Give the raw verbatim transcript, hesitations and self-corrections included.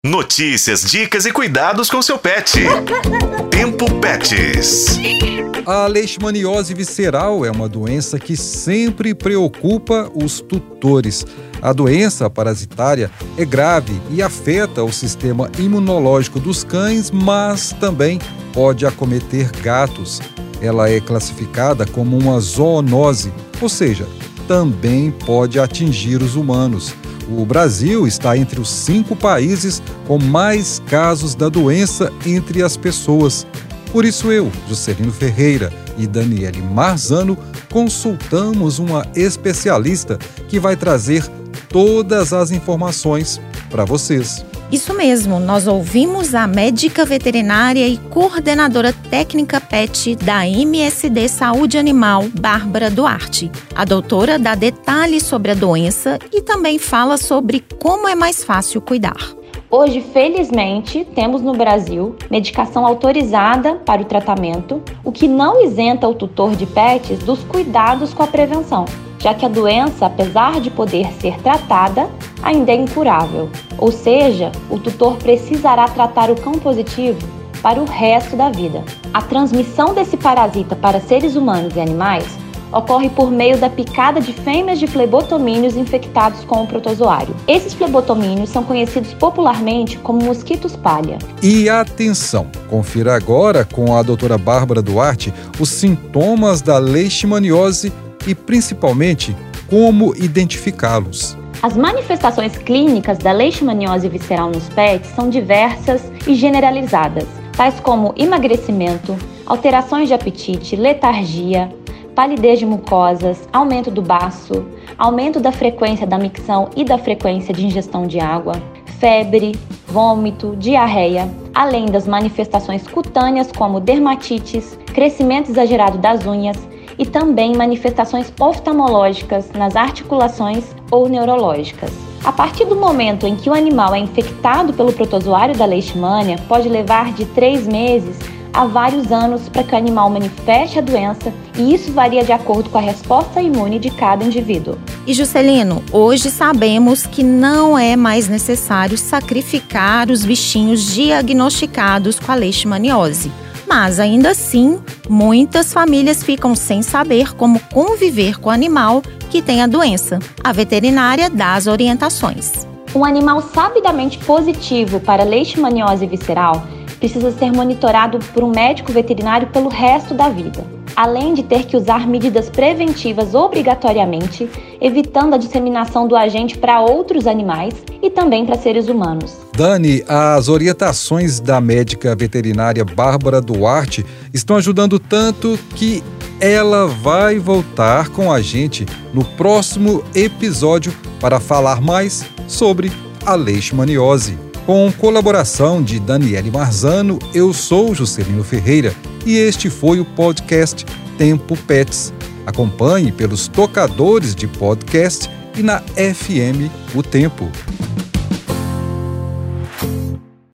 Notícias, dicas e cuidados com seu pet. Tempo Pets. A leishmaniose visceral é uma doença que sempre preocupa os tutores. A doença parasitária é grave e afeta o sistema imunológico dos cães, mas também pode acometer gatos. Ela é classificada como uma zoonose, ou seja, também pode atingir os humanos. O Brasil está entre os cinco países com mais casos da doença entre as pessoas. Por isso eu, Juscelino Ferreira e Daniele Marzano, consultamos uma especialista que vai trazer todas as informações para vocês. Isso mesmo, nós ouvimos a médica veterinária e coordenadora técnica pet da M S D Saúde Animal, Bárbara Duarte. A doutora dá detalhes sobre a doença e também fala sobre como é mais fácil cuidar. Hoje, felizmente, temos no Brasil medicação autorizada para o tratamento, o que não isenta o tutor de pets dos cuidados com a prevenção, já que a doença, apesar de poder ser tratada, ainda é incurável. Ou seja, o tutor precisará tratar o cão positivo para o resto da vida. A transmissão desse parasita para seres humanos e animais ocorre por meio da picada de fêmeas de flebotomíneos infectados com o protozoário. Esses flebotomíneos são conhecidos popularmente como mosquitos palha. E atenção, confira agora com a doutora Bárbara Duarte os sintomas da leishmaniose e, principalmente, como identificá-los. As manifestações clínicas da leishmaniose visceral nos pets são diversas e generalizadas, tais como emagrecimento, alterações de apetite, letargia, palidez de mucosas, aumento do baço, aumento da frequência da micção e da frequência de ingestão de água, febre, vômito, diarreia, além das manifestações cutâneas como dermatites, crescimento exagerado das unhas e também manifestações oftalmológicas nas articulações ou neurológicas. A partir do momento em que o animal é infectado pelo protozoário da leishmania, pode levar de três meses há vários anos para que o animal manifeste a doença, e isso varia de acordo com a resposta imune de cada indivíduo. E Juscelino, hoje sabemos que não é mais necessário sacrificar os bichinhos diagnosticados com a leishmaniose. Mas ainda assim, muitas famílias ficam sem saber como conviver com o animal que tem a doença. A veterinária dá as orientações. Um animal sabidamente positivo para leishmaniose visceral precisa ser monitorado por um médico veterinário pelo resto da vida, além de ter que usar medidas preventivas obrigatoriamente, evitando a disseminação do agente para outros animais e também para seres humanos. Dani, as orientações da médica veterinária Bárbara Duarte estão ajudando tanto que ela vai voltar com a gente no próximo episódio para falar mais sobre a leishmaniose. Com colaboração de Daniele Marzano, eu sou Juscelino Ferreira e este foi o podcast Tempo Pets. Acompanhe pelos tocadores de podcast e na F M O Tempo.